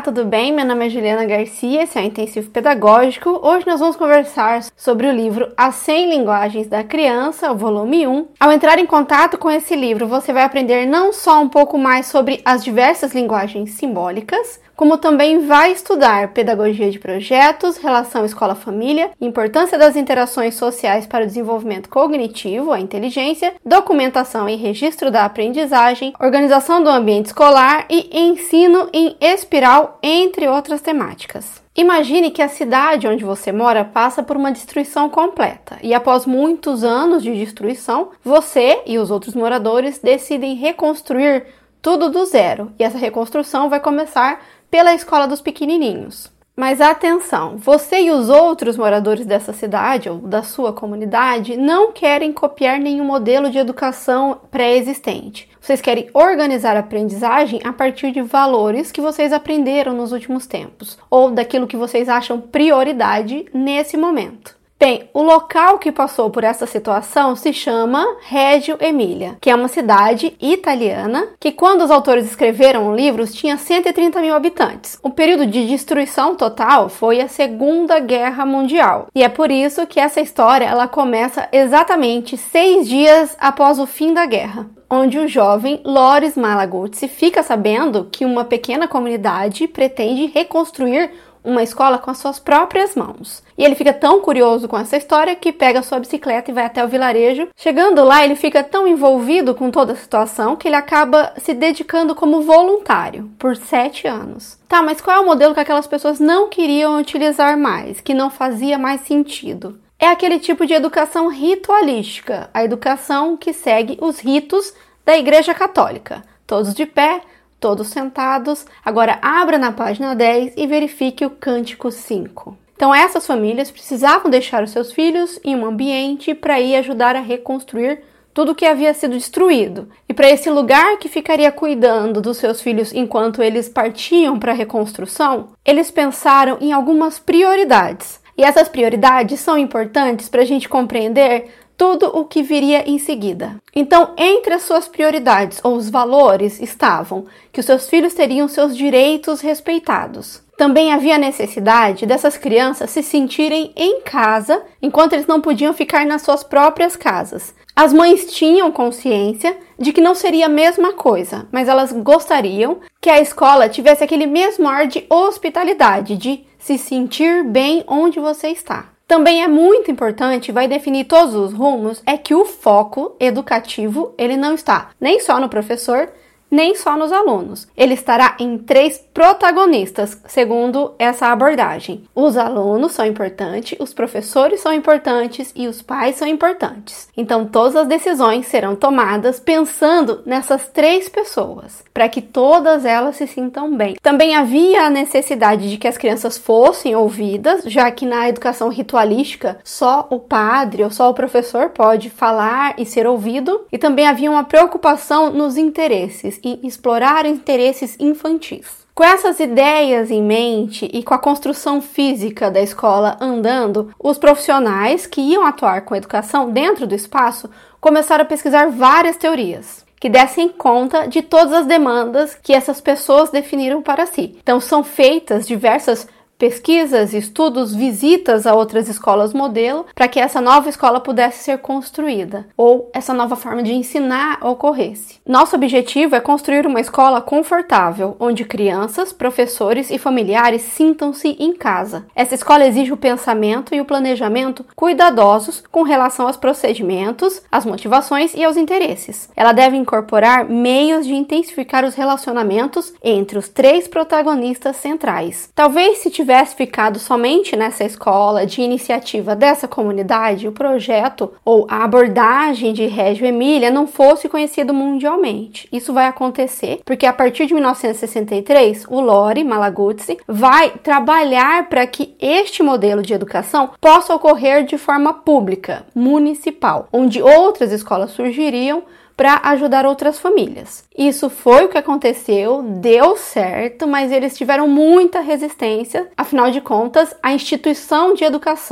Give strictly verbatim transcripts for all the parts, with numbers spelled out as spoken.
tudo bem? Meu nome é Juliana Garcia, esse é o Intensivo Pedagógico. Hoje nós vamos conversar sobre o livro As cem Linguagens da Criança, o volume um. Ao entrar em contato com esse livro, você vai aprender não só um pouco mais sobre as diversas linguagens simbólicas, como também vai estudar pedagogia de projetos, relação escola-família, importância das interações sociais para o desenvolvimento cognitivo, a inteligência, documentação e registro da aprendizagem, organização do ambiente escolar e ensino em espiral, entre outras temáticas. Imagine que a cidade onde você mora passa por uma destruição completa e após muitos anos de destruição, você e os outros moradores decidem reconstruir tudo do zero e essa reconstrução vai começar pela escola dos pequenininhos. Mas atenção, você e os outros moradores dessa cidade ou da sua comunidade não querem copiar nenhum modelo de educação pré-existente. Vocês querem organizar a aprendizagem a partir de valores que vocês aprenderam nos últimos tempos ou daquilo que vocês acham prioridade nesse momento. Bem, o local que passou por essa situação se chama Reggio Emilia, que é uma cidade italiana que, quando os autores escreveram o livro, tinha cento e trinta mil habitantes. O período de destruição total foi a Segunda Guerra Mundial. E é por isso que essa história ela começa exatamente seis dias após o fim da guerra, onde o jovem Loris Malaguzzi fica sabendo que uma pequena comunidade pretende reconstruir uma escola com as suas próprias mãos. E ele fica tão curioso com essa história que pega a sua bicicleta e vai até o vilarejo. Chegando lá, ele fica tão envolvido com toda a situação que ele acaba se dedicando como voluntário por sete anos. Tá, mas qual é o modelo que aquelas pessoas não queriam utilizar mais, que não fazia mais sentido? É aquele tipo de educação ritualística, a educação que segue os ritos da Igreja Católica. Todos de pé, todos sentados. Agora abra na página dez e verifique o Cântico cinco. Então essas famílias precisavam deixar os seus filhos em um ambiente para ir ajudar a reconstruir tudo o que havia sido destruído. E para esse lugar que ficaria cuidando dos seus filhos enquanto eles partiam para a reconstrução, eles pensaram em algumas prioridades. E essas prioridades são importantes para a gente compreender tudo o que viria em seguida. Então, entre as suas prioridades ou os valores estavam que os seus filhos teriam seus direitos respeitados. Também havia necessidade dessas crianças se sentirem em casa enquanto eles não podiam ficar nas suas próprias casas. As mães tinham consciência de que não seria a mesma coisa, mas elas gostariam que a escola tivesse aquele mesmo ar de hospitalidade, de se sentir bem onde você está. Também é muito importante, vai definir todos os rumos, é que o foco educativo ele não está nem só no professor, nem só nos alunos. Ele estará em três protagonistas, segundo essa abordagem. Os alunos são importantes, os professores são importantes e os pais são importantes. Então, todas as decisões serão tomadas pensando nessas três pessoas, para que todas elas se sintam bem. Também havia a necessidade de que as crianças fossem ouvidas, já que na educação ritualística, só o padre ou só o professor pode falar e ser ouvido. E também havia uma preocupação nos interesses, e explorar interesses infantis. Com essas ideias em mente e com a construção física da escola andando, os profissionais que iam atuar com a educação dentro do espaço começaram a pesquisar várias teorias que dessem conta de todas as demandas que essas pessoas definiram para si. Então são feitas diversas pesquisas, estudos, visitas a outras escolas modelo para que essa nova escola pudesse ser construída ou essa nova forma de ensinar ocorresse. Nosso objetivo é construir uma escola confortável, onde crianças, professores e familiares sintam-se em casa. Essa escola exige o pensamento e o planejamento cuidadosos com relação aos procedimentos, às motivações e aos interesses. Ela deve incorporar meios de intensificar os relacionamentos entre os três protagonistas centrais. Talvez se tivesse ficado somente nessa escola de iniciativa dessa comunidade, o projeto ou a abordagem de Reggio Emilia não fosse conhecido mundialmente. Isso vai acontecer porque a partir de mil novecentos e sessenta e três, o Loris Malaguzzi vai trabalhar para que este modelo de educação possa ocorrer de forma pública, municipal, onde outras escolas surgiriam para ajudar outras famílias. Isso foi o que aconteceu, deu certo, mas eles tiveram muita resistência. Afinal de contas, a instituição de educação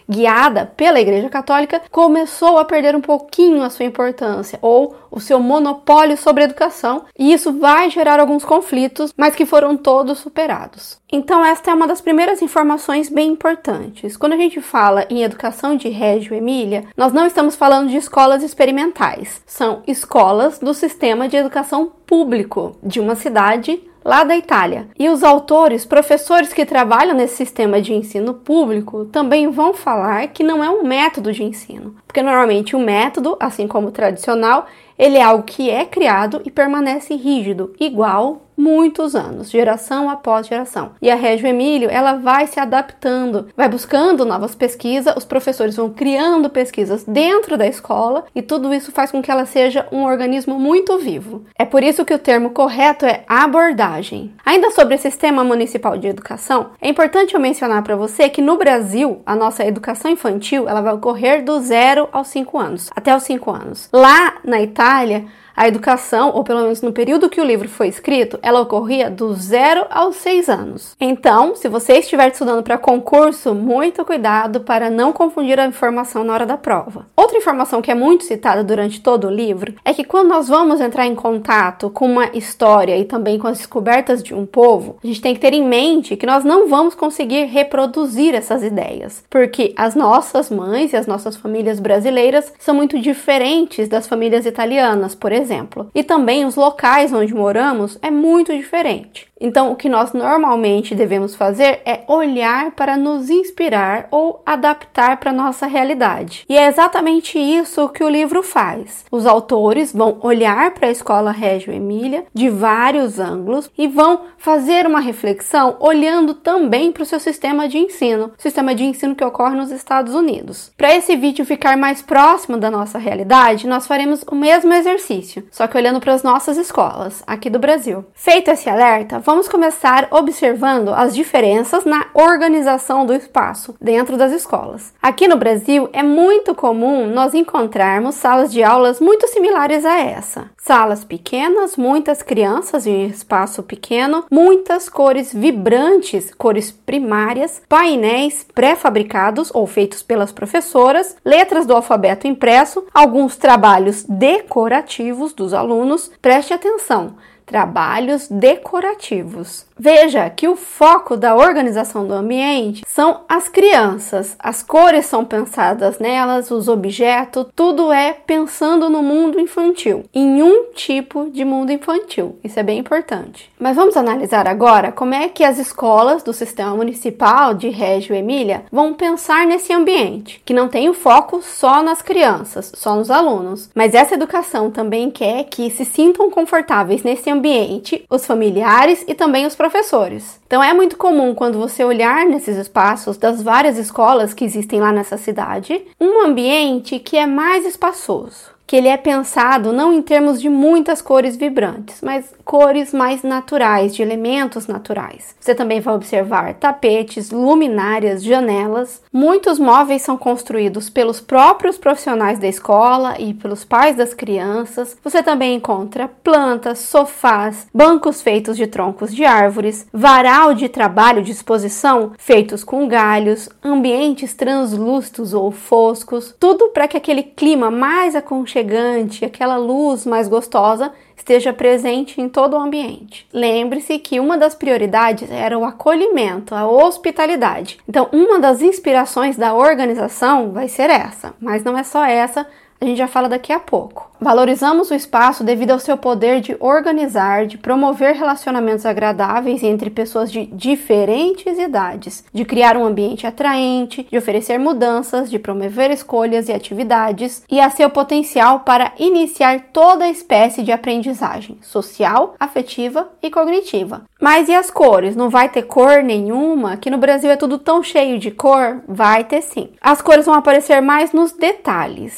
guiada pela Igreja Católica, começou a perder um pouquinho a sua importância ou o seu monopólio sobre a educação, e isso vai gerar alguns conflitos, mas que foram todos superados. Então esta é uma das primeiras informações bem importantes. Quando a gente fala em educação de Reggio Emília, nós não estamos falando de escolas experimentais, são escolas do sistema de educação público de uma cidade lá da Itália. E os autores, professores que trabalham nesse sistema de ensino público, também vão falar que não é um método de ensino, porque normalmente o método, assim como o tradicional, ele é algo que é criado e permanece rígido, igual muitos anos, geração após geração. E a Reggio Emília, ela vai se adaptando, vai buscando novas pesquisas, os professores vão criando pesquisas dentro da escola e tudo isso faz com que ela seja um organismo muito vivo. É por isso que o termo correto é abordagem. Ainda sobre o Sistema Municipal de Educação, é importante eu mencionar para você que no Brasil, a nossa educação infantil, ela vai ocorrer do zero aos cinco anos, até os cinco anos. Lá na Itália, a educação, ou pelo menos no período que o livro foi escrito, ela ocorria do zero aos seis anos. Então, se você estiver estudando para concurso, muito cuidado para não confundir a informação na hora da prova. Outra informação que é muito citada durante todo o livro é que quando nós vamos entrar em contato com uma história e também com as descobertas de um povo, a gente tem que ter em mente que nós não vamos conseguir reproduzir essas ideias, porque as nossas mães e as nossas famílias brasileiras são muito diferentes das famílias italianas, por exemplo. exemplo. E também os locais onde moramos é muito diferente. Então, o que nós normalmente devemos fazer é olhar para nos inspirar ou adaptar para a nossa realidade. E é exatamente isso que o livro faz. Os autores vão olhar para a escola Reggio Emília de vários ângulos e vão fazer uma reflexão olhando também para o seu sistema de ensino, sistema de ensino que ocorre nos Estados Unidos. Para esse vídeo ficar mais próximo da nossa realidade, nós faremos o mesmo exercício, só que olhando para as nossas escolas, aqui do Brasil. Feito esse alerta, vamos começar observando as diferenças na organização do espaço dentro das escolas. Aqui no Brasil é muito comum nós encontrarmos salas de aulas muito similares a essa. Salas pequenas, muitas crianças em espaço pequeno, muitas cores vibrantes, cores primárias, painéis pré-fabricados ou feitos pelas professoras, letras do alfabeto impresso, alguns trabalhos decorativos dos alunos. Preste atenção. Trabalhos decorativos. Veja que o foco da organização do ambiente são as crianças. As cores são pensadas nelas, os objetos, tudo é pensando no mundo infantil, em um tipo de mundo infantil. Isso é bem importante. Mas vamos analisar agora como é que as escolas do Sistema Municipal de Reggio Emília vão pensar nesse ambiente, que não tem o foco só nas crianças, só nos alunos. Mas essa educação também quer que se sintam confortáveis nesse ambiente os familiares e também os professores. Então é muito comum quando você olhar nesses espaços das várias escolas que existem lá nessa cidade, um ambiente que é mais espaçoso, que ele é pensado não em termos de muitas cores vibrantes, mas cores mais naturais, de elementos naturais. Você também vai observar tapetes, luminárias, janelas. Muitos móveis são construídos pelos próprios profissionais da escola e pelos pais das crianças. Você também encontra plantas, sofás, bancos feitos de troncos de árvores, varal de trabalho de exposição feitos com galhos, ambientes translúcidos ou foscos, tudo para que aquele clima mais aconchegante, aquela luz mais gostosa esteja presente em todo o ambiente. Lembre-se que uma das prioridades era o acolhimento, a hospitalidade. Então, uma das inspirações da organização vai ser essa, mas não é só essa, a gente já fala daqui a pouco. Valorizamos o espaço devido ao seu poder de organizar, de promover relacionamentos agradáveis entre pessoas de diferentes idades, de criar um ambiente atraente, de oferecer mudanças, de promover escolhas e atividades, e a seu potencial para iniciar toda espécie de aprendizagem social, afetiva e cognitiva. Mas e as cores? Não vai ter cor nenhuma? Aqui no Brasil é tudo tão cheio de cor? Vai ter sim. As cores vão aparecer mais nos detalhes, nos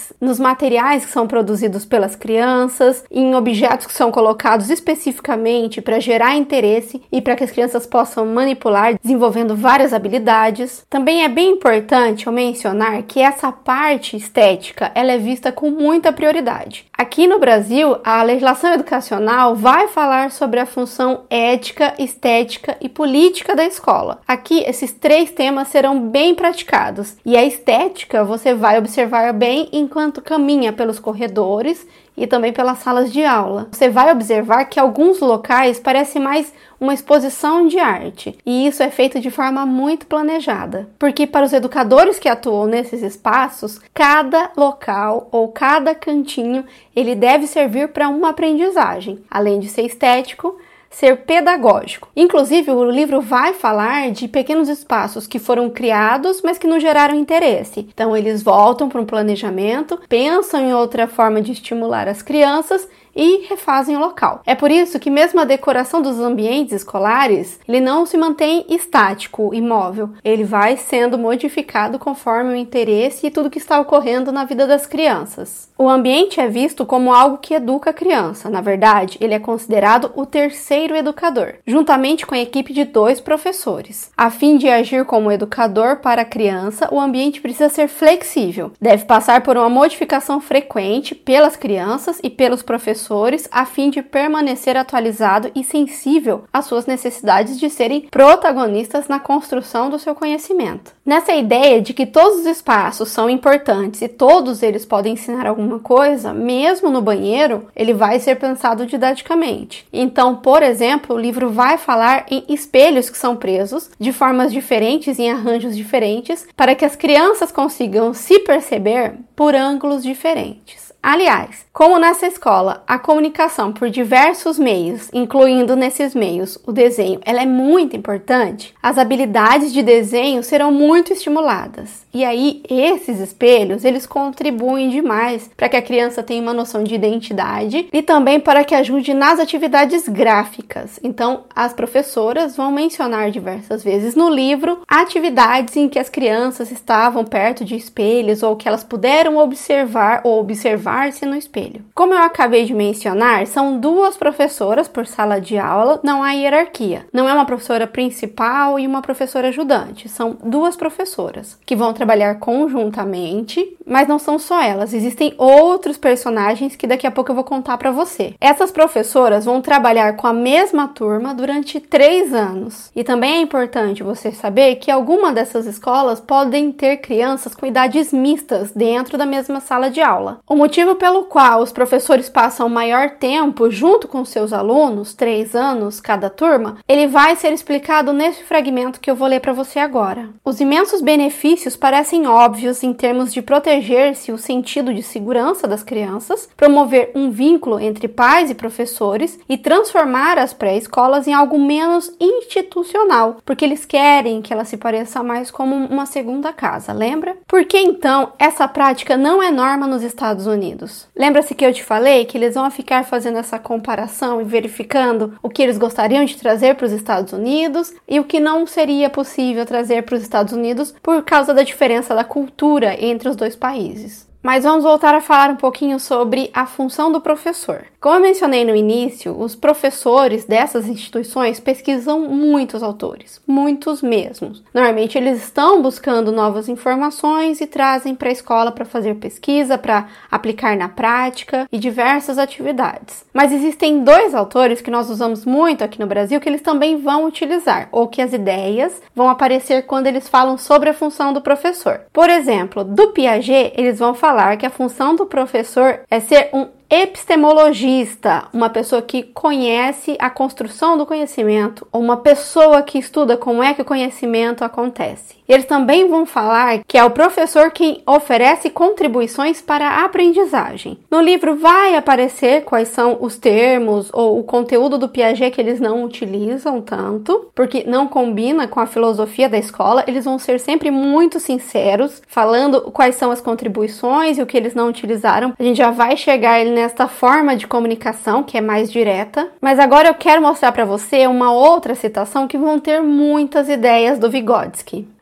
materiais que são produzidos pelas crianças, em objetos que são colocados especificamente para gerar interesse e para que as crianças possam manipular, desenvolvendo várias habilidades. Também é bem importante eu mencionar que essa parte estética ela é vista com muita prioridade. Aqui no Brasil, a legislação educacional vai falar sobre a função ética, estética e política da escola. Aqui, esses três temas serão bem praticados e a estética você vai observar bem enquanto caminha pelos corredores e também pelas salas de aula. Você vai observar que alguns locais parecem mais uma exposição de arte, e isso é feito de forma muito planejada, porque para os educadores que atuam nesses espaços, cada local ou cada cantinho, ele deve servir para uma aprendizagem, além de ser estético, ser pedagógico. Inclusive, o livro vai falar de pequenos espaços que foram criados, mas que não geraram interesse. Então, eles voltam para um planejamento, pensam em outra forma de estimular as crianças e refazem o local. É por isso que mesmo a decoração dos ambientes escolares, ele não se mantém estático, imóvel. Ele vai sendo modificado conforme o interesse e tudo que está ocorrendo na vida das crianças. O ambiente é visto como algo que educa a criança. Na verdade, ele é considerado o terceiro educador, juntamente com a equipe de dois professores. A fim de agir como educador para a criança, o ambiente precisa ser flexível. Deve passar por uma modificação frequente pelas crianças e pelos professores a fim de permanecer atualizado e sensível às suas necessidades de serem protagonistas na construção do seu conhecimento. Nessa ideia de que todos os espaços são importantes e todos eles podem ensinar alguma coisa, mesmo no banheiro, ele vai ser pensado didaticamente. Então, por exemplo, o livro vai falar em espelhos que são presos de formas diferentes, em arranjos diferentes, para que as crianças consigam se perceber por ângulos diferentes. Aliás, como nessa escola a comunicação por diversos meios, incluindo nesses meios o desenho, ela é muito importante, as habilidades de desenho serão muito estimuladas. E aí, esses espelhos, eles contribuem demais para que a criança tenha uma noção de identidade e também para que ajude nas atividades gráficas. Então, as professoras vão mencionar diversas vezes no livro atividades em que as crianças estavam perto de espelhos ou que elas puderam observar ou observar-se no espelho. Como eu acabei de mencionar, são duas professoras por sala de aula, não há hierarquia. Não é uma professora principal e uma professora ajudante, são duas professoras que vão trabalhar conjuntamente, mas não são só elas, existem outros personagens que daqui a pouco eu vou contar para você. Essas professoras vão trabalhar com a mesma turma durante três anos. E também é importante você saber que algumas dessas escolas podem ter crianças com idades mistas dentro da mesma sala de aula. O motivo pelo qual os professores passam maior tempo junto com seus alunos, três anos cada turma, ele vai ser explicado nesse fragmento que eu vou ler para você agora. Os imensos benefícios parecem óbvios em termos de proteger-se o sentido de segurança das crianças, promover um vínculo entre pais e professores e transformar as pré-escolas em algo menos institucional, porque eles querem que ela se pareça mais como uma segunda casa, lembra? Por que então essa prática não é norma nos Estados Unidos? Lembra-se que eu te falei que eles vão ficar fazendo essa comparação e verificando o que eles gostariam de trazer para os Estados Unidos e o que não seria possível trazer para os Estados Unidos por causa da diferença da cultura entre os dois países. Mas vamos voltar a falar um pouquinho sobre a função do professor. Como eu mencionei no início, os professores dessas instituições pesquisam muitos autores, muitos mesmos. Normalmente eles estão buscando novas informações e trazem para a escola para fazer pesquisa, para aplicar na prática e diversas atividades. Mas existem dois autores que nós usamos muito aqui no Brasil que eles também vão utilizar, ou que as ideias vão aparecer quando eles falam sobre a função do professor. Por exemplo, do Piaget, eles vão falar falar que a função do professor é ser um epistemologista, uma pessoa que conhece a construção do conhecimento, ou uma pessoa que estuda como é que o conhecimento acontece. Eles também vão falar que é o professor quem oferece contribuições para a aprendizagem. No livro vai aparecer quais são os termos ou o conteúdo do Piaget que eles não utilizam tanto, porque não combina com a filosofia da escola. Eles vão ser sempre muito sinceros, falando quais são as contribuições e o que eles não utilizaram. A gente já vai chegar nesta forma de comunicação que é mais direta. Mas agora eu quero mostrar para você uma outra citação que vão ter muitas ideias do Vygotsky.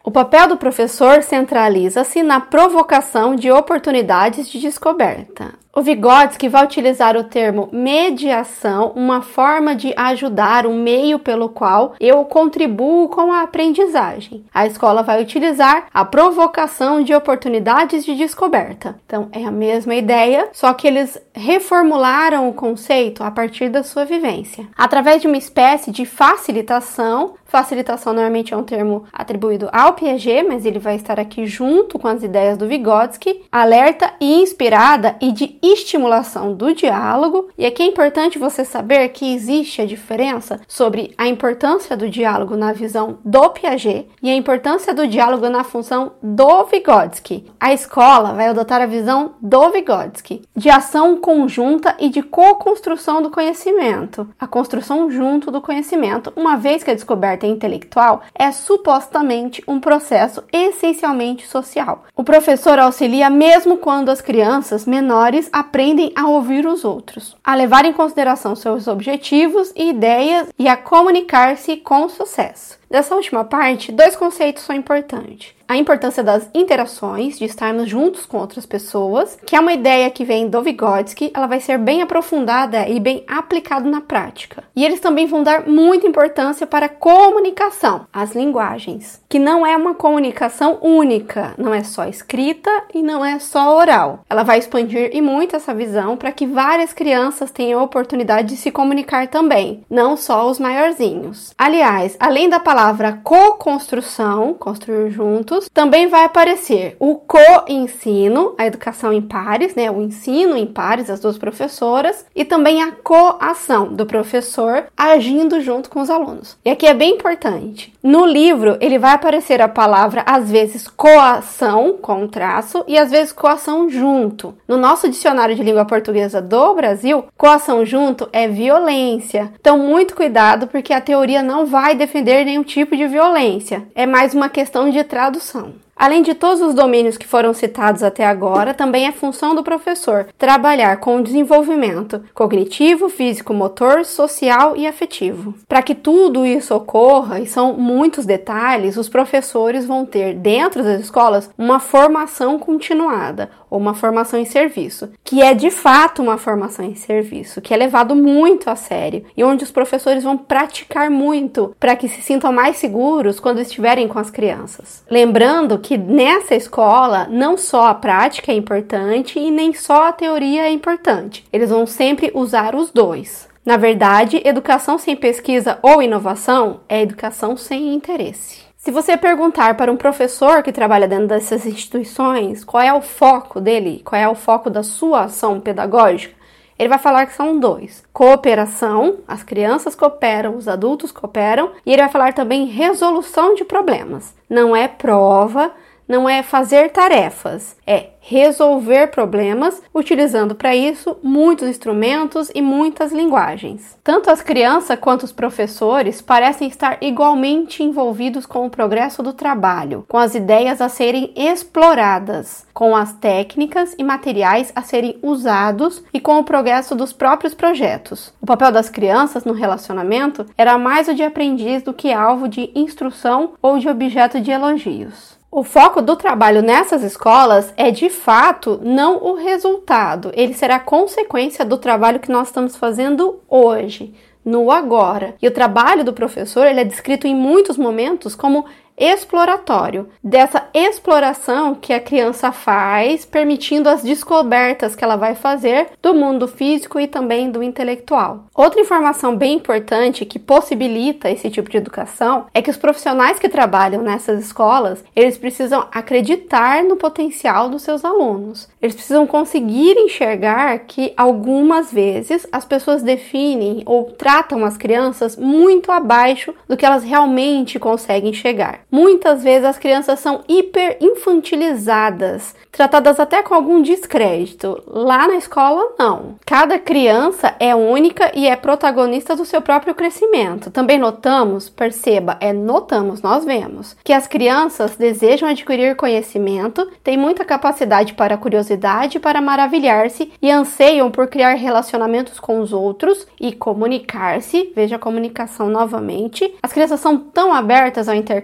O papel do professor centraliza-se na provocação de oportunidades de descoberta. O Vygotsky vai utilizar o termo mediação, uma forma de ajudar, um meio pelo qual eu contribuo com a aprendizagem. A escola vai utilizar a provocação de oportunidades de descoberta. Então, é a mesma ideia, só que eles reformularam o conceito a partir da sua vivência. Através de uma espécie de facilitação, facilitação normalmente é um termo atribuído ao Piaget, mas ele vai estar aqui junto com as ideias do Vygotsky, alerta e inspirada e de estimulação do diálogo. E aqui é importante você saber que existe a diferença sobre a importância do diálogo na visão do Piaget e a importância do diálogo na função do Vygotsky. A escola vai adotar a visão do Vygotsky, de ação conjunta e de co-construção do conhecimento, a construção junto do conhecimento, uma vez que a descoberta intelectual é supostamente um processo essencialmente social. O professor auxilia mesmo quando as crianças menores aprendem a ouvir os outros, a levar em consideração seus objetivos e ideias e a comunicar-se com sucesso. Dessa última parte, dois conceitos são importantes. A importância das interações, de estarmos juntos com outras pessoas, que é uma ideia que vem do Vygotsky, ela vai ser bem aprofundada e bem aplicada na prática. E eles também vão dar muita importância para a comunicação, as linguagens, que não é uma comunicação única, não é só escrita e não é só oral. Ela vai expandir e muito essa visão para que várias crianças tenham a oportunidade de se comunicar também, não só os maiorzinhos. Aliás, além da palavra co-construção, construir juntos, também vai aparecer o co-ensino, a educação em pares, né, o ensino em pares, as duas professoras, e também a coação do professor agindo junto com os alunos. E aqui é bem importante. No livro, ele vai aparecer a palavra, às vezes, coação, com traço, e às vezes coação junto. No nosso dicionário de língua portuguesa do Brasil, coação junto é violência. Então, muito cuidado, porque a teoria não vai defender nenhum tipo de violência. É mais uma questão de tradução. Além de todos os domínios que foram citados até agora, também é função do professor trabalhar com o desenvolvimento cognitivo, físico, motor, social e afetivo. Para que tudo isso ocorra, e são muitos detalhes, os professores vão ter dentro das escolas uma formação continuada, ou uma formação em serviço, que é de fato uma formação em serviço, que é levado muito a sério, e onde os professores vão praticar muito para que se sintam mais seguros quando estiverem com as crianças. Lembrando que nessa escola não só a prática é importante e nem só a teoria é importante. Eles vão sempre usar os dois. Na verdade, educação sem pesquisa ou inovação é educação sem interesse. Se você perguntar para um professor que trabalha dentro dessas instituições qual é o foco dele, qual é o foco da sua ação pedagógica, ele vai falar que são dois. Cooperação, as crianças cooperam, os adultos cooperam, e ele vai falar também resolução de problemas. Não é prova, não é fazer tarefas, é resolver problemas, utilizando para isso muitos instrumentos e muitas linguagens. Tanto as crianças quanto os professores parecem estar igualmente envolvidos com o progresso do trabalho, com as ideias a serem exploradas, com as técnicas e materiais a serem usados e com o progresso dos próprios projetos. O papel das crianças no relacionamento era mais o de aprendiz do que alvo de instrução ou de objeto de elogios. O foco do trabalho nessas escolas é, de fato, não o resultado. Ele será consequência do trabalho que nós estamos fazendo hoje, no agora. E o trabalho do professor, ele é descrito em muitos momentos como exploratório, dessa exploração que a criança faz, permitindo as descobertas que ela vai fazer do mundo físico e também do intelectual. Outra informação bem importante que possibilita esse tipo de educação é que os profissionais que trabalham nessas escolas, eles precisam acreditar no potencial dos seus alunos. Eles precisam conseguir enxergar que algumas vezes as pessoas definem ou tratam as crianças muito abaixo do que elas realmente conseguem chegar. Muitas vezes as crianças são hiper infantilizadas, tratadas até com algum descrédito. Lá na escola, não. Cada criança é única e é protagonista do seu próprio crescimento. Também notamos, perceba, é notamos, nós vemos, que as crianças desejam adquirir conhecimento, têm muita capacidade para curiosidade, para maravilhar-se e anseiam por criar relacionamentos com os outros e comunicar-se. Veja a comunicação novamente. As crianças são tão abertas ao intercâmbio e à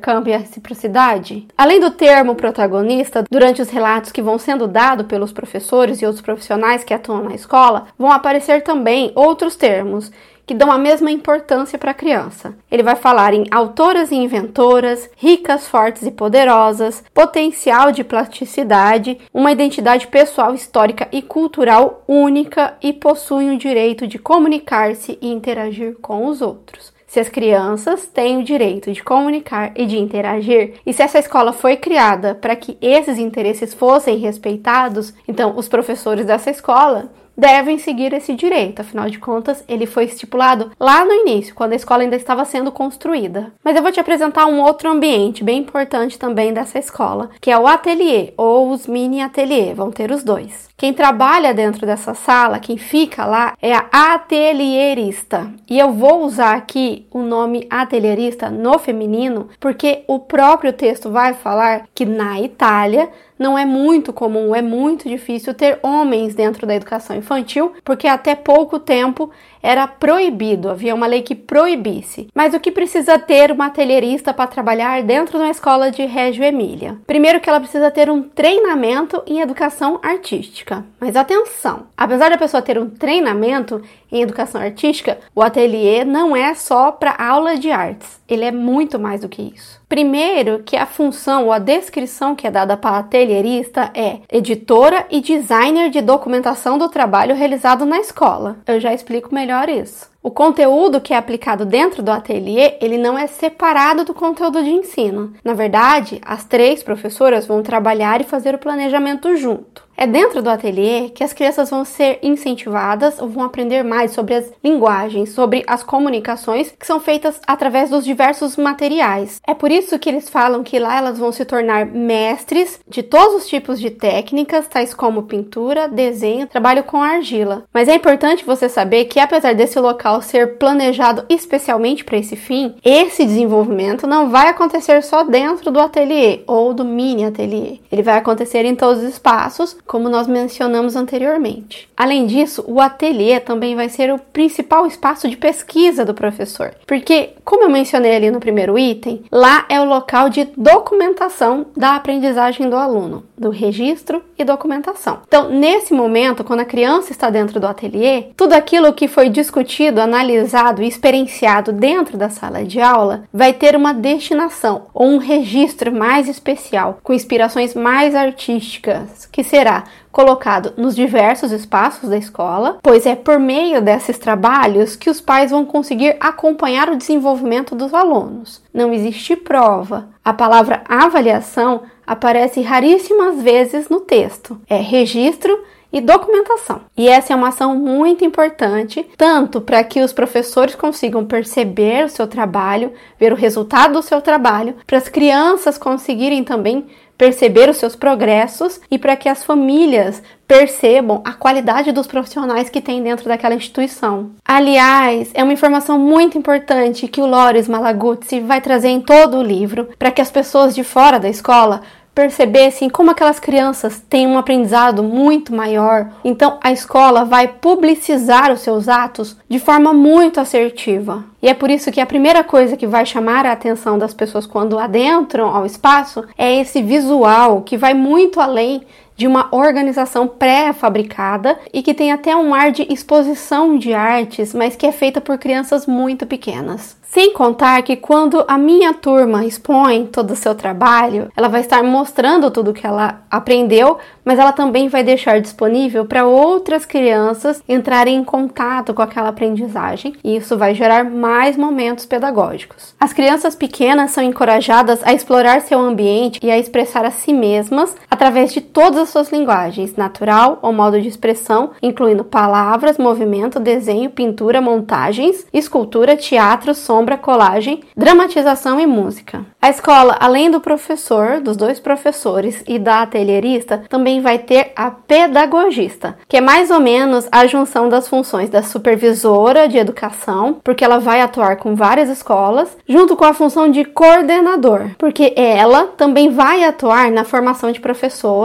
reciprocidade? Além do termo protagonista, durante os relatos que vão sendo dados pelos professores e outros profissionais que atuam na escola, vão aparecer também outros termos que dão a mesma importância para a criança. Ele vai falar em autoras e inventoras, ricas, fortes e poderosas, potencial de plasticidade, uma identidade pessoal, histórica e cultural única e possuem o direito de comunicar-se e interagir com os outros. Se as crianças têm o direito de comunicar e de interagir, e se essa escola foi criada para que esses interesses fossem respeitados, então os professores dessa escola devem seguir esse direito, afinal de contas, ele foi estipulado lá no início, quando a escola ainda estava sendo construída. Mas eu vou te apresentar um outro ambiente bem importante também dessa escola, que é o ateliê, ou os mini ateliê, vão ter os dois. Quem trabalha dentro dessa sala, quem fica lá, é a atelierista. E eu vou usar aqui o nome atelierista no feminino, porque o próprio texto vai falar que na Itália não é muito comum, é muito difícil ter homens dentro da educação infantil, porque até pouco tempo era proibido, havia uma lei que proibisse. Mas o que precisa ter uma atelierista para trabalhar dentro de uma escola de Reggio Emília? Primeiro que ela precisa ter um treinamento em educação artística. Mas atenção, apesar da pessoa ter um treinamento em educação artística, o ateliê não é só para aula de artes, ele é muito mais do que isso. Primeiro que a função ou a descrição que é dada para a atelierista é editora e designer de documentação do trabalho realizado na escola. Eu já explico melhor isso. O conteúdo que é aplicado dentro do ateliê, ele não é separado do conteúdo de ensino. Na verdade, as três professoras vão trabalhar e fazer o planejamento junto. É dentro do ateliê que as crianças vão ser incentivadas ou vão aprender mais sobre as linguagens, sobre as comunicações que são feitas através dos diversos materiais. É por isso que eles falam que lá elas vão se tornar mestres de todos os tipos de técnicas, tais como pintura, desenho, trabalho com argila. Mas é importante você saber que apesar desse local ser planejado especialmente para esse fim, esse desenvolvimento não vai acontecer só dentro do ateliê ou do mini ateliê. Ele vai acontecer em todos os espaços, como nós mencionamos anteriormente. Além disso, o ateliê também vai ser o principal espaço de pesquisa do professor, porque, como eu mencionei ali no primeiro item, lá é o local de documentação da aprendizagem do aluno, do registro e documentação. Então, nesse momento, quando a criança está dentro do ateliê, tudo aquilo que foi discutido, analisado e experienciado dentro da sala de aula vai ter uma destinação ou um registro mais especial, com inspirações mais artísticas, que será colocado nos diversos espaços da escola, pois é por meio desses trabalhos que os pais vão conseguir acompanhar o desenvolvimento dos alunos. Não existe prova. A palavra avaliação aparece raríssimas vezes no texto. É registro e documentação. E essa é uma ação muito importante, tanto para que os professores consigam perceber o seu trabalho, ver o resultado do seu trabalho, para as crianças conseguirem também perceber os seus progressos e para que as famílias percebam a qualidade dos profissionais que tem dentro daquela instituição. Aliás, é uma informação muito importante que o Loris Malaguzzi vai trazer em todo o livro, para que as pessoas de fora da escola percebessem como aquelas crianças têm um aprendizado muito maior. Então a escola vai publicizar os seus atos de forma muito assertiva. E é por isso que a primeira coisa que vai chamar a atenção das pessoas quando adentram ao espaço é esse visual que vai muito além de uma organização pré-fabricada e que tem até um ar de exposição de artes, mas que é feita por crianças muito pequenas. Sem contar que quando a minha turma expõe todo o seu trabalho, ela vai estar mostrando tudo que ela aprendeu, mas ela também vai deixar disponível para outras crianças entrarem em contato com aquela aprendizagem, e isso vai gerar mais momentos pedagógicos. As crianças pequenas são encorajadas a explorar seu ambiente e a expressar a si mesmas através de todas as suas linguagens, natural ou modo de expressão, incluindo palavras, movimento, desenho, pintura, montagens, escultura, teatro, som, colagem, dramatização e música. A escola, além do professor, dos dois professores e da atelierista, também vai ter a pedagogista, que é mais ou menos a junção das funções da supervisora de educação, porque ela vai atuar com várias escolas, junto com a função de coordenador, porque ela também vai atuar na formação de professores dentro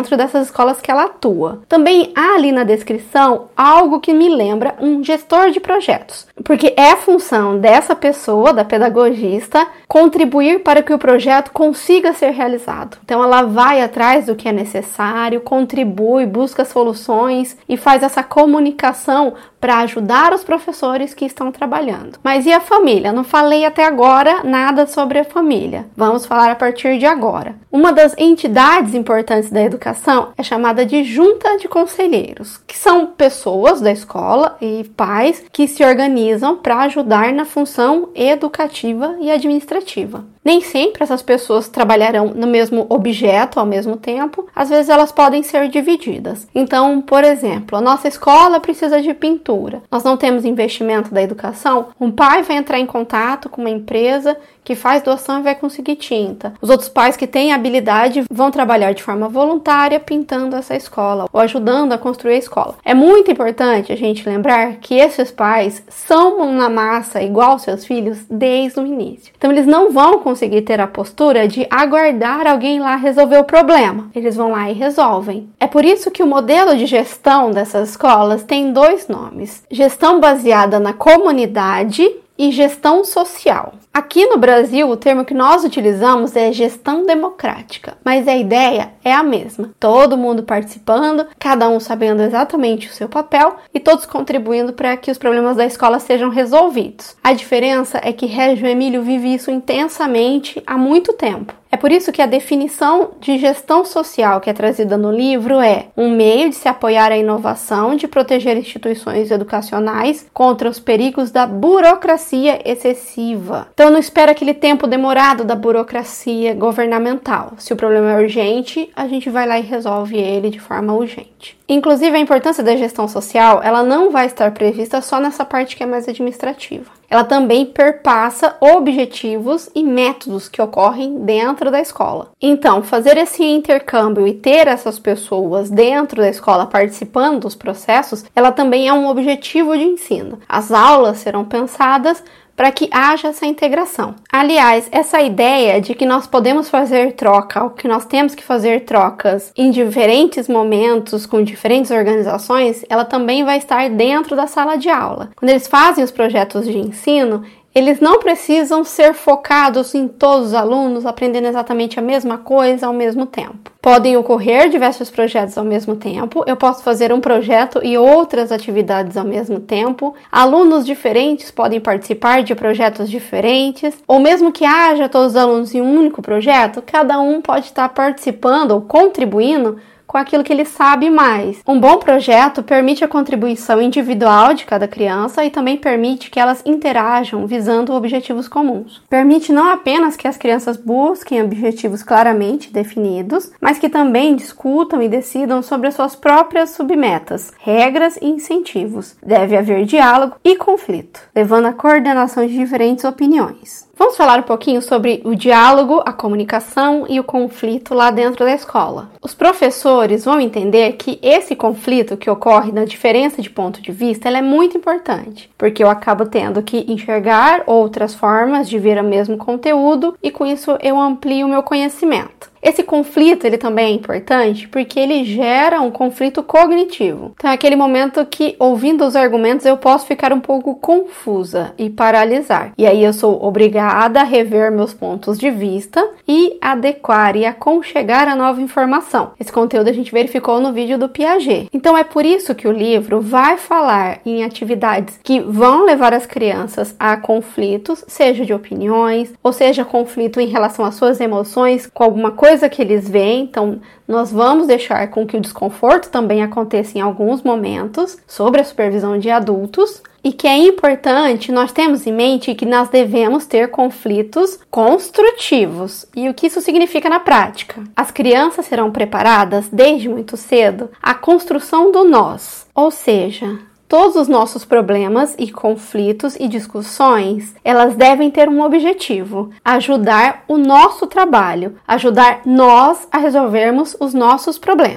dentro dessas escolas que ela atua. Também há ali na descrição algo que me lembra um gestor de projetos, porque é função dessa pessoa, da pedagogista, contribuir para que o projeto consiga ser realizado. Então ela vai atrás do que é necessário, contribui, busca soluções e faz essa comunicação para ajudar os professores que estão trabalhando. Mas e a família? Não falei até agora nada sobre a família. Vamos falar a partir de agora. Uma das entidades importantes da educação é chamada de junta de conselheiros, que são pessoas da escola e pais que se organizam para ajudar na função educativa e administrativa. Nem sempre essas pessoas trabalharão no mesmo objeto ao mesmo tempo, às vezes elas podem ser divididas. Então, por exemplo, a nossa escola precisa de pintura. Nós não temos investimento da educação, um pai vai entrar em contato com uma empresa que faz doação e vai conseguir tinta. Os outros pais que têm habilidade vão trabalhar de forma voluntária pintando essa escola ou ajudando a construir a escola. É muito importante a gente lembrar que esses pais são mão na massa igual seus filhos desde o início. Então eles não vão conseguir ter a postura de aguardar alguém lá resolver o problema. Eles vão lá e resolvem. É por isso que o modelo de gestão dessas escolas tem dois nomes: gestão baseada na comunidade e gestão social. Aqui no Brasil, o termo que nós utilizamos é gestão democrática, mas a ideia é a mesma. Todo mundo participando, cada um sabendo exatamente o seu papel e todos contribuindo para que os problemas da escola sejam resolvidos. A diferença é que Régio Emílio vive isso intensamente há muito tempo. É por isso que a definição de gestão social que é trazida no livro é um meio de se apoiar a inovação, de proteger instituições educacionais contra os perigos da burocracia excessiva. Então não espera aquele tempo demorado da burocracia governamental. Se o problema é urgente, a gente vai lá e resolve ele de forma urgente. Inclusive, a importância da gestão social, ela não vai estar prevista só nessa parte que é mais administrativa. Ela também perpassa objetivos e métodos que ocorrem dentro da escola. Então, fazer esse intercâmbio e ter essas pessoas dentro da escola participando dos processos, ela também é um objetivo de ensino. As aulas serão pensadas para que haja essa integração. Aliás, essa ideia de que nós podemos fazer troca, ou que nós temos que fazer trocas em diferentes momentos, com diferentes organizações, ela também vai estar dentro da sala de aula. Quando eles fazem os projetos de ensino, eles não precisam ser focados em todos os alunos aprendendo exatamente a mesma coisa ao mesmo tempo. Podem ocorrer diversos projetos ao mesmo tempo, eu posso fazer um projeto e outras atividades ao mesmo tempo, alunos diferentes podem participar de projetos diferentes, ou mesmo que haja todos os alunos em um único projeto, cada um pode estar participando ou contribuindo com aquilo que ele sabe mais. Um bom projeto permite a contribuição individual de cada criança e também permite que elas interajam visando objetivos comuns. Permite não apenas que as crianças busquem objetivos claramente definidos, mas que também discutam e decidam sobre as suas próprias submetas, regras e incentivos. Deve haver diálogo e conflito, levando à coordenação de diferentes opiniões. Vamos falar um pouquinho sobre o diálogo, a comunicação e o conflito lá dentro da escola. Os professores vão entender que esse conflito que ocorre na diferença de ponto de vista, ela é muito importante, porque eu acabo tendo que enxergar outras formas de ver o mesmo conteúdo e com isso eu amplio o meu conhecimento. Esse conflito, ele também é importante porque ele gera um conflito cognitivo. Então é aquele momento que, ouvindo os argumentos, eu posso ficar um pouco confusa e paralisar. E aí eu sou obrigada a rever meus pontos de vista e adequar e aconchegar a nova informação. Esse conteúdo a gente verificou no vídeo do Piaget. Então é por isso que o livro vai falar em atividades que vão levar as crianças a conflitos, seja de opiniões, ou seja conflito em relação às suas emoções com alguma coisa coisa que eles veem, então nós vamos deixar com que o desconforto também aconteça em alguns momentos, sobre a supervisão de adultos, e que é importante nós termos em mente que nós devemos ter conflitos construtivos. E o que isso significa na prática? As crianças serão preparadas desde muito cedo à construção do nós, ou seja, todos os nossos problemas e conflitos e discussões, elas devem ter um objetivo: ajudar o nosso trabalho, ajudar nós a resolvermos os nossos problemas.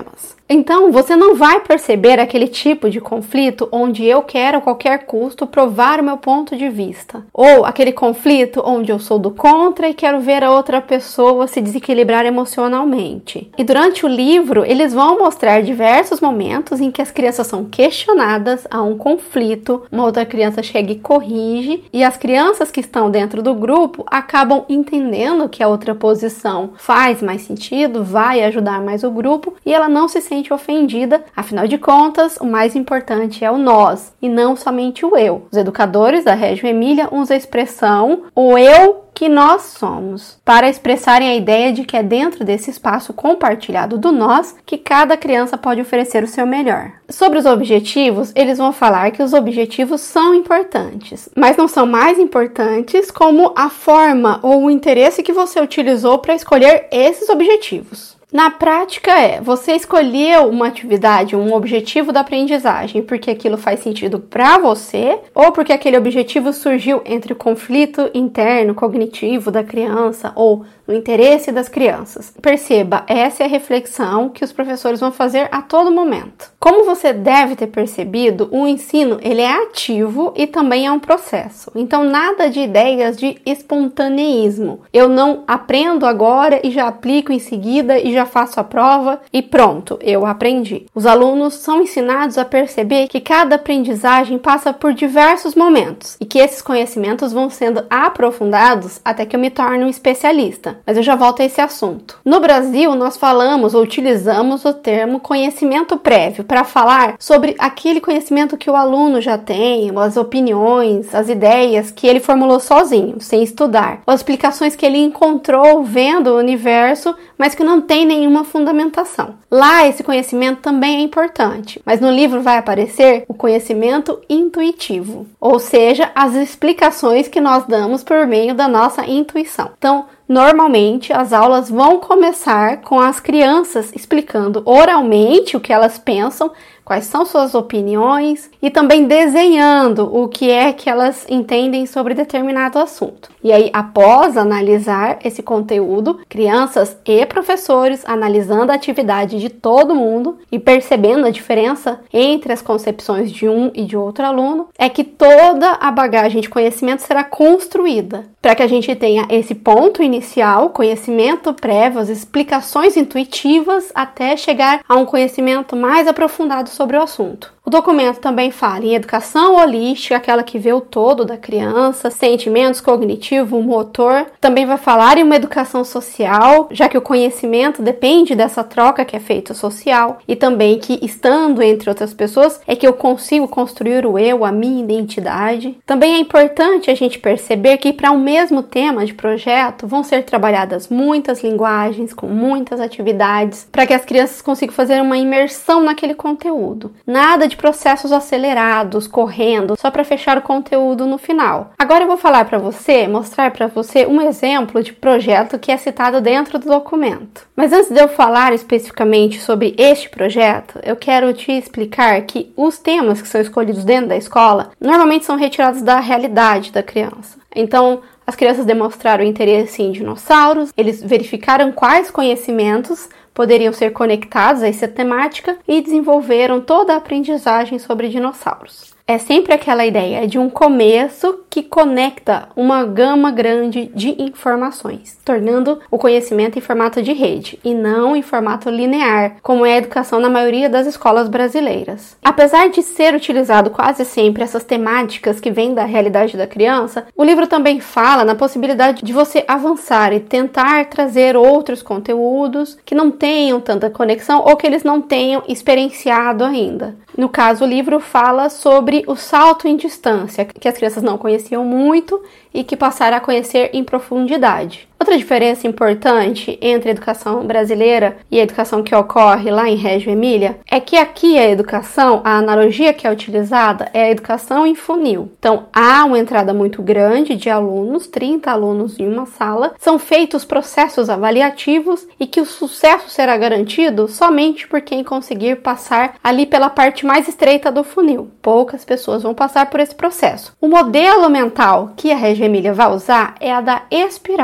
Então, você não vai perceber aquele tipo de conflito onde eu quero a qualquer custo provar o meu ponto de vista. Ou aquele conflito onde eu sou do contra e quero ver a outra pessoa se desequilibrar emocionalmente. E durante o livro, eles vão mostrar diversos momentos em que as crianças são questionadas, há um conflito, uma outra criança chega e corrige, e as crianças que estão dentro do grupo acabam entendendo que a outra posição faz mais sentido, vai ajudar mais o grupo, e ela não se sente ofendida. Afinal de contas, o mais importante é o nós e não somente o eu. Os educadores da Reggio Emília usam a expressão o eu que nós somos, para expressarem a ideia de que é dentro desse espaço compartilhado do nós que cada criança pode oferecer o seu melhor. Sobre os objetivos, eles vão falar que os objetivos são importantes, mas não são mais importantes como a forma ou o interesse que você utilizou para escolher esses objetivos. Na prática é, você escolheu uma atividade, um objetivo da aprendizagem porque aquilo faz sentido para você ou porque aquele objetivo surgiu entre o conflito interno cognitivo da criança ou no interesse das crianças. Perceba, essa é a reflexão que os professores vão fazer a todo momento. Como você deve ter percebido, o ensino ele é ativo e também é um processo. Então nada de ideias de espontaneísmo. Eu não aprendo agora e já aplico em seguida e já faço a prova e pronto, eu aprendi. Os alunos são ensinados a perceber que cada aprendizagem passa por diversos momentos e que esses conhecimentos vão sendo aprofundados até que eu me torne um especialista. Mas eu já volto a esse assunto. No Brasil, nós falamos ou utilizamos o termo conhecimento prévio para falar sobre aquele conhecimento que o aluno já tem, as opiniões, as ideias que ele formulou sozinho, sem estudar, ou as explicações que ele encontrou vendo o universo, mas que não tem nenhuma fundamentação. Lá, esse conhecimento também é importante, mas no livro vai aparecer o conhecimento intuitivo, ou seja, as explicações que nós damos por meio da nossa intuição. Então, normalmente, as aulas vão começar com as crianças explicando oralmente o que elas pensam, quais são suas opiniões e também desenhando o que é que elas entendem sobre determinado assunto. E aí, após analisar esse conteúdo, crianças e professores analisando a atividade de todo mundo e percebendo a diferença entre as concepções de um e de outro aluno, é que toda a bagagem de conhecimento será construída para que a gente tenha esse ponto inicial, conhecimento prévio, as explicações intuitivas, até chegar a um conhecimento mais aprofundado sobre o assunto. O documento também fala em educação holística, aquela que vê o todo da criança, sentimentos, cognitivo, motor. Também vai falar em uma educação social, já que o conhecimento depende dessa troca que é feita social. E também que, estando entre outras pessoas, é que eu consigo construir o eu, a minha identidade. Também é importante a gente perceber que para o mesmo tema de projeto vão ser trabalhadas muitas linguagens, com muitas atividades, para que as crianças consigam fazer uma imersão naquele conteúdo. Nada de processos acelerados, correndo, só para fechar o conteúdo no final. Agora eu vou falar para você, mostrar para você um exemplo de projeto que é citado dentro do documento. Mas antes de eu falar especificamente sobre este projeto, eu quero te explicar que os temas que são escolhidos dentro da escola normalmente são retirados da realidade da criança. Então, as crianças demonstraram interesse em dinossauros, eles verificaram quais conhecimentos poderiam ser conectados a essa temática e desenvolveram toda a aprendizagem sobre dinossauros. É sempre aquela ideia de um começo que conecta uma gama grande de informações, tornando o conhecimento em formato de rede e não em formato linear, como é a educação na maioria das escolas brasileiras. Apesar de ser utilizado quase sempre essas temáticas que vêm da realidade da criança, o livro também fala na possibilidade de você avançar e tentar trazer outros conteúdos que não tenham tanta conexão ou que eles não tenham experienciado ainda. No caso, o livro fala sobre o salto em distância, que as crianças não conheciam muito e que passaram a conhecer em profundidade. Outra diferença importante entre a educação brasileira e a educação que ocorre lá em Reggio Emília é que aqui a educação, a analogia que é utilizada é a educação em funil. Então, há uma entrada muito grande de alunos, trinta alunos em uma sala, são feitos processos avaliativos e que o sucesso será garantido somente por quem conseguir passar ali pela parte mais estreita do funil. Poucas pessoas vão passar por esse processo. O modelo mental que a Reggio Emília vai usar é a da espiral. Então,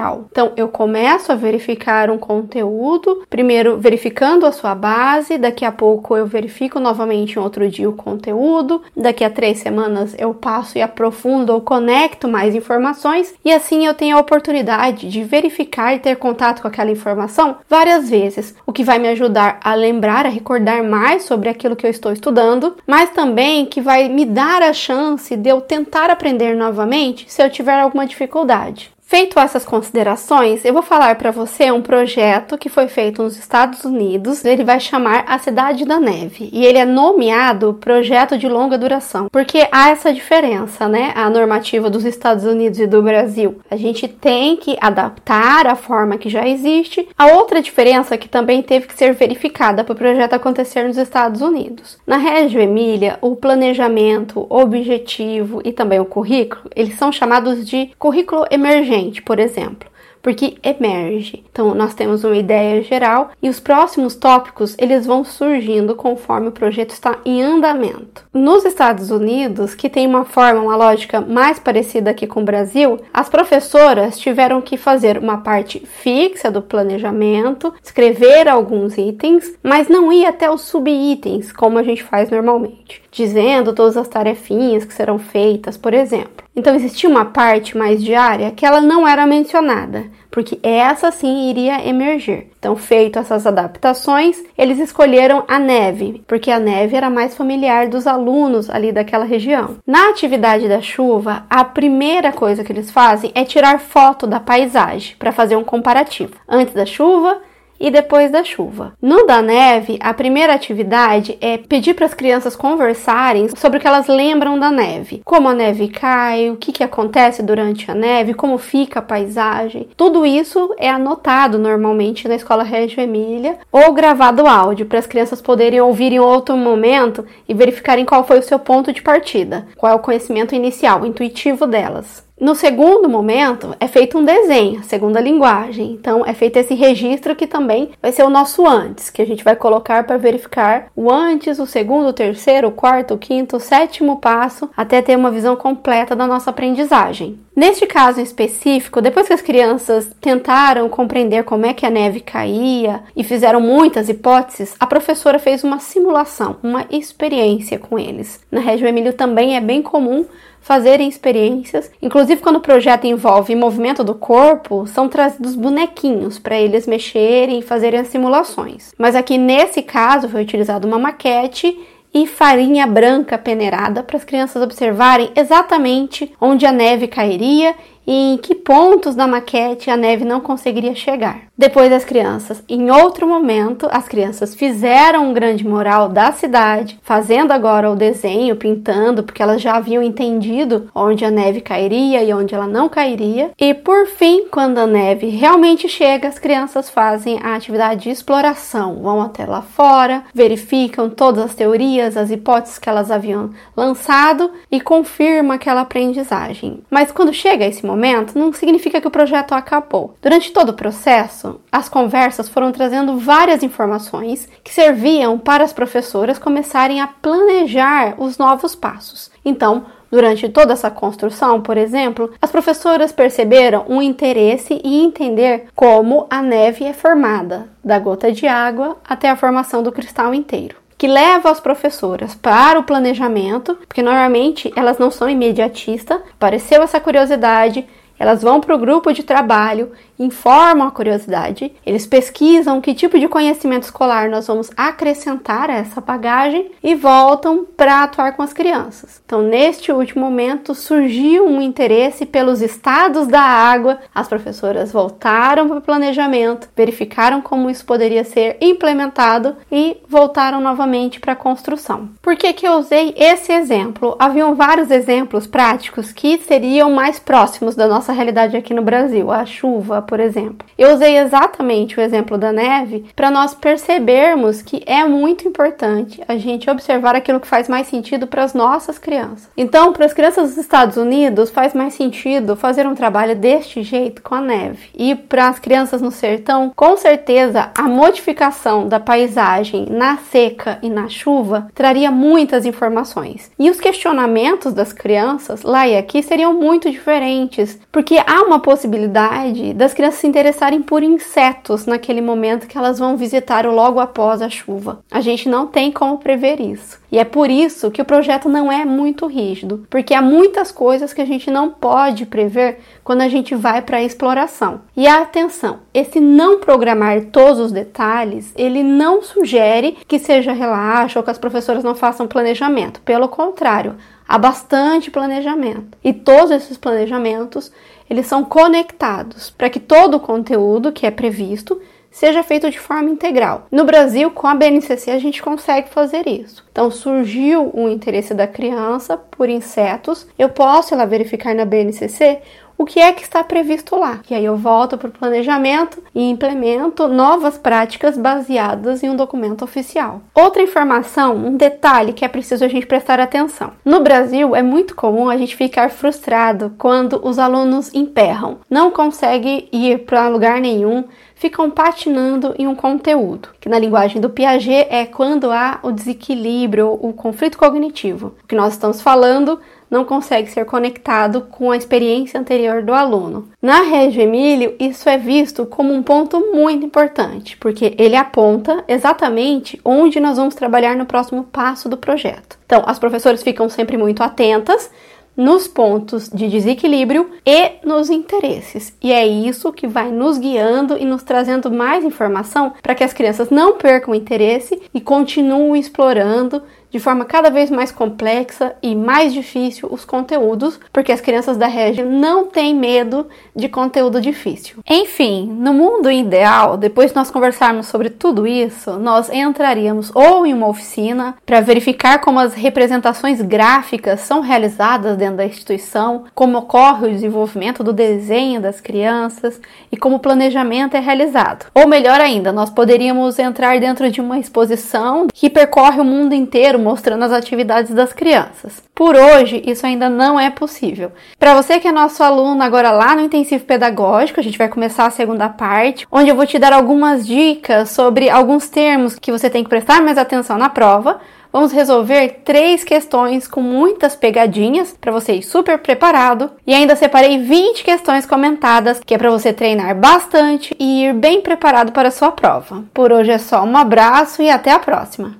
Então, eu começo a verificar um conteúdo, primeiro verificando a sua base, daqui a pouco eu verifico novamente em outro dia o conteúdo, daqui a três semanas eu passo e aprofundo ou conecto mais informações, e assim eu tenho a oportunidade de verificar e ter contato com aquela informação várias vezes, o que vai me ajudar a lembrar, a recordar mais sobre aquilo que eu estou estudando, mas também que vai me dar a chance de eu tentar aprender novamente se eu tiver alguma dificuldade. Feito essas considerações, eu vou falar para você um projeto que foi feito nos Estados Unidos. Ele vai chamar A Cidade da Neve e ele é nomeado Projeto de Longa Duração, porque há essa diferença, né? A normativa dos Estados Unidos e do Brasil. A gente tem que adaptar a forma que já existe. A outra diferença que também teve que ser verificada para o projeto acontecer nos Estados Unidos. Na Reggio Emília, o planejamento, o objetivo e também o currículo, eles são chamados de currículo emergente, por exemplo, porque emerge. Então, nós temos uma ideia geral e os próximos tópicos, eles vão surgindo conforme o projeto está em andamento. Nos Estados Unidos, que tem uma forma, uma lógica mais parecida aqui com o Brasil, as professoras tiveram que fazer uma parte fixa do planejamento, escrever alguns itens, mas não ir até os subitens, como a gente faz normalmente, dizendo todas as tarefinhas que serão feitas, por exemplo. Então, existia uma parte mais diária que ela não era mencionada, porque essa sim iria emergir. Então, feito essas adaptações, eles escolheram a neve, porque a neve era mais familiar dos alunos ali daquela região. Na atividade da chuva, a primeira coisa que eles fazem é tirar foto da paisagem, para fazer um comparativo, antes da chuva e depois da chuva. No da neve, a primeira atividade é pedir para as crianças conversarem sobre o que elas lembram da neve. Como a neve cai, o que, que acontece durante a neve, como fica a paisagem. Tudo isso é anotado normalmente na Escola Reggio Emília ou gravado áudio para as crianças poderem ouvir em outro momento e verificarem qual foi o seu ponto de partida, qual é o conhecimento inicial, o intuitivo delas. No segundo momento, é feito um desenho, segunda linguagem. Então, é feito esse registro que também vai ser o nosso antes, que a gente vai colocar para verificar o antes, o segundo, o terceiro, o quarto, o quinto, o sétimo passo, até ter uma visão completa da nossa aprendizagem. Neste caso em específico, depois que as crianças tentaram compreender como é que a neve caía e fizeram muitas hipóteses, a professora fez uma simulação, uma experiência com eles. Na Reggio Emília também é bem comum fazerem experiências, inclusive quando o projeto envolve movimento do corpo, são trazidos bonequinhos para eles mexerem e fazerem as simulações. Mas aqui nesse caso foi utilizada uma maquete e farinha branca peneirada para as crianças observarem exatamente onde a neve cairia e em que pontos da maquete a neve não conseguiria chegar. Depois das crianças, em outro momento, as crianças fizeram um grande mural da cidade, fazendo agora o desenho, pintando, porque elas já haviam entendido onde a neve cairia e onde ela não cairia. E por fim, quando a neve realmente chega, as crianças fazem a atividade de exploração, vão até lá fora, verificam todas as teorias, as hipóteses que elas haviam lançado e confirmam aquela aprendizagem. Mas quando chega esse momento, não significa que o projeto acabou. Durante todo o processo, as conversas foram trazendo várias informações que serviam para as professoras começarem a planejar os novos passos. Então, durante toda essa construção, por exemplo, as professoras perceberam um interesse em entender como a neve é formada, da gota de água até a formação do cristal inteiro, que leva as professoras para o planejamento, porque normalmente elas não são imediatistas. Apareceu essa curiosidade, elas vão para o grupo de trabalho, informam a curiosidade, eles pesquisam que tipo de conhecimento escolar nós vamos acrescentar a essa bagagem e voltam para atuar com as crianças. Então, neste último momento, surgiu um interesse pelos estados da água, as professoras voltaram para o planejamento, verificaram como isso poderia ser implementado e voltaram novamente para a construção. Por que que eu usei esse exemplo? Haviam vários exemplos práticos que seriam mais próximos da nossa realidade aqui no Brasil, a chuva, por exemplo. Eu usei exatamente o exemplo da neve para nós percebermos que é muito importante a gente observar aquilo que faz mais sentido para as nossas crianças. Então, para as crianças dos Estados Unidos, faz mais sentido fazer um trabalho deste jeito com a neve. E para as crianças no sertão, com certeza, a modificação da paisagem na seca e na chuva traria muitas informações. E os questionamentos das crianças lá e aqui seriam muito diferentes, porque há uma possibilidade das crianças se interessarem por insetos naquele momento que elas vão visitar ou logo após a chuva. A gente não tem como prever isso. E é por isso que o projeto não é muito rígido, porque há muitas coisas que a gente não pode prever quando a gente vai para a exploração. E atenção, esse não programar todos os detalhes, ele não sugere que seja relaxo ou que as professoras não façam planejamento. Pelo contrário, há bastante planejamento. E todos esses planejamentos, eles são conectados para que todo o conteúdo que é previsto seja feito de forma integral. No Brasil, com a B N C C, a gente consegue fazer isso. Então, surgiu o interesse da criança por insetos, eu posso ir lá verificar na B N C C o que é que está previsto lá. E aí eu volto para o planejamento e implemento novas práticas baseadas em um documento oficial. Outra informação, um detalhe que é preciso a gente prestar atenção. No Brasil, é muito comum a gente ficar frustrado quando os alunos emperram, não conseguem ir para lugar nenhum, ficam patinando em um conteúdo, que na linguagem do Piaget é quando há o desequilíbrio, o conflito cognitivo. O que nós estamos falando não consegue ser conectado com a experiência anterior do aluno. Na Reggio Emílio, isso é visto como um ponto muito importante, porque ele aponta exatamente onde nós vamos trabalhar no próximo passo do projeto. Então, as professoras ficam sempre muito atentas nos pontos de desequilíbrio e nos interesses. E é isso que vai nos guiando e nos trazendo mais informação para que as crianças não percam o interesse e continuem explorando de forma cada vez mais complexa e mais difícil os conteúdos, porque as crianças da Reggio não têm medo de conteúdo difícil. Enfim, no mundo ideal, depois que nós conversarmos sobre tudo isso, nós entraríamos ou em uma oficina para verificar como as representações gráficas são realizadas dentro da instituição, como ocorre o desenvolvimento do desenho das crianças e como o planejamento é realizado. Ou melhor ainda, nós poderíamos entrar dentro de uma exposição que percorre o mundo inteiro, mostrando as atividades das crianças. Por hoje, isso ainda não é possível. Para você que é nosso aluno agora lá no Intensivo Pedagógico, a gente vai começar a segunda parte, onde eu vou te dar algumas dicas sobre alguns termos que você tem que prestar mais atenção na prova. Vamos resolver três questões com muitas pegadinhas para você ir super preparado. E ainda separei vinte questões comentadas, que é para você treinar bastante e ir bem preparado para a sua prova. Por hoje é só, um abraço e até a próxima!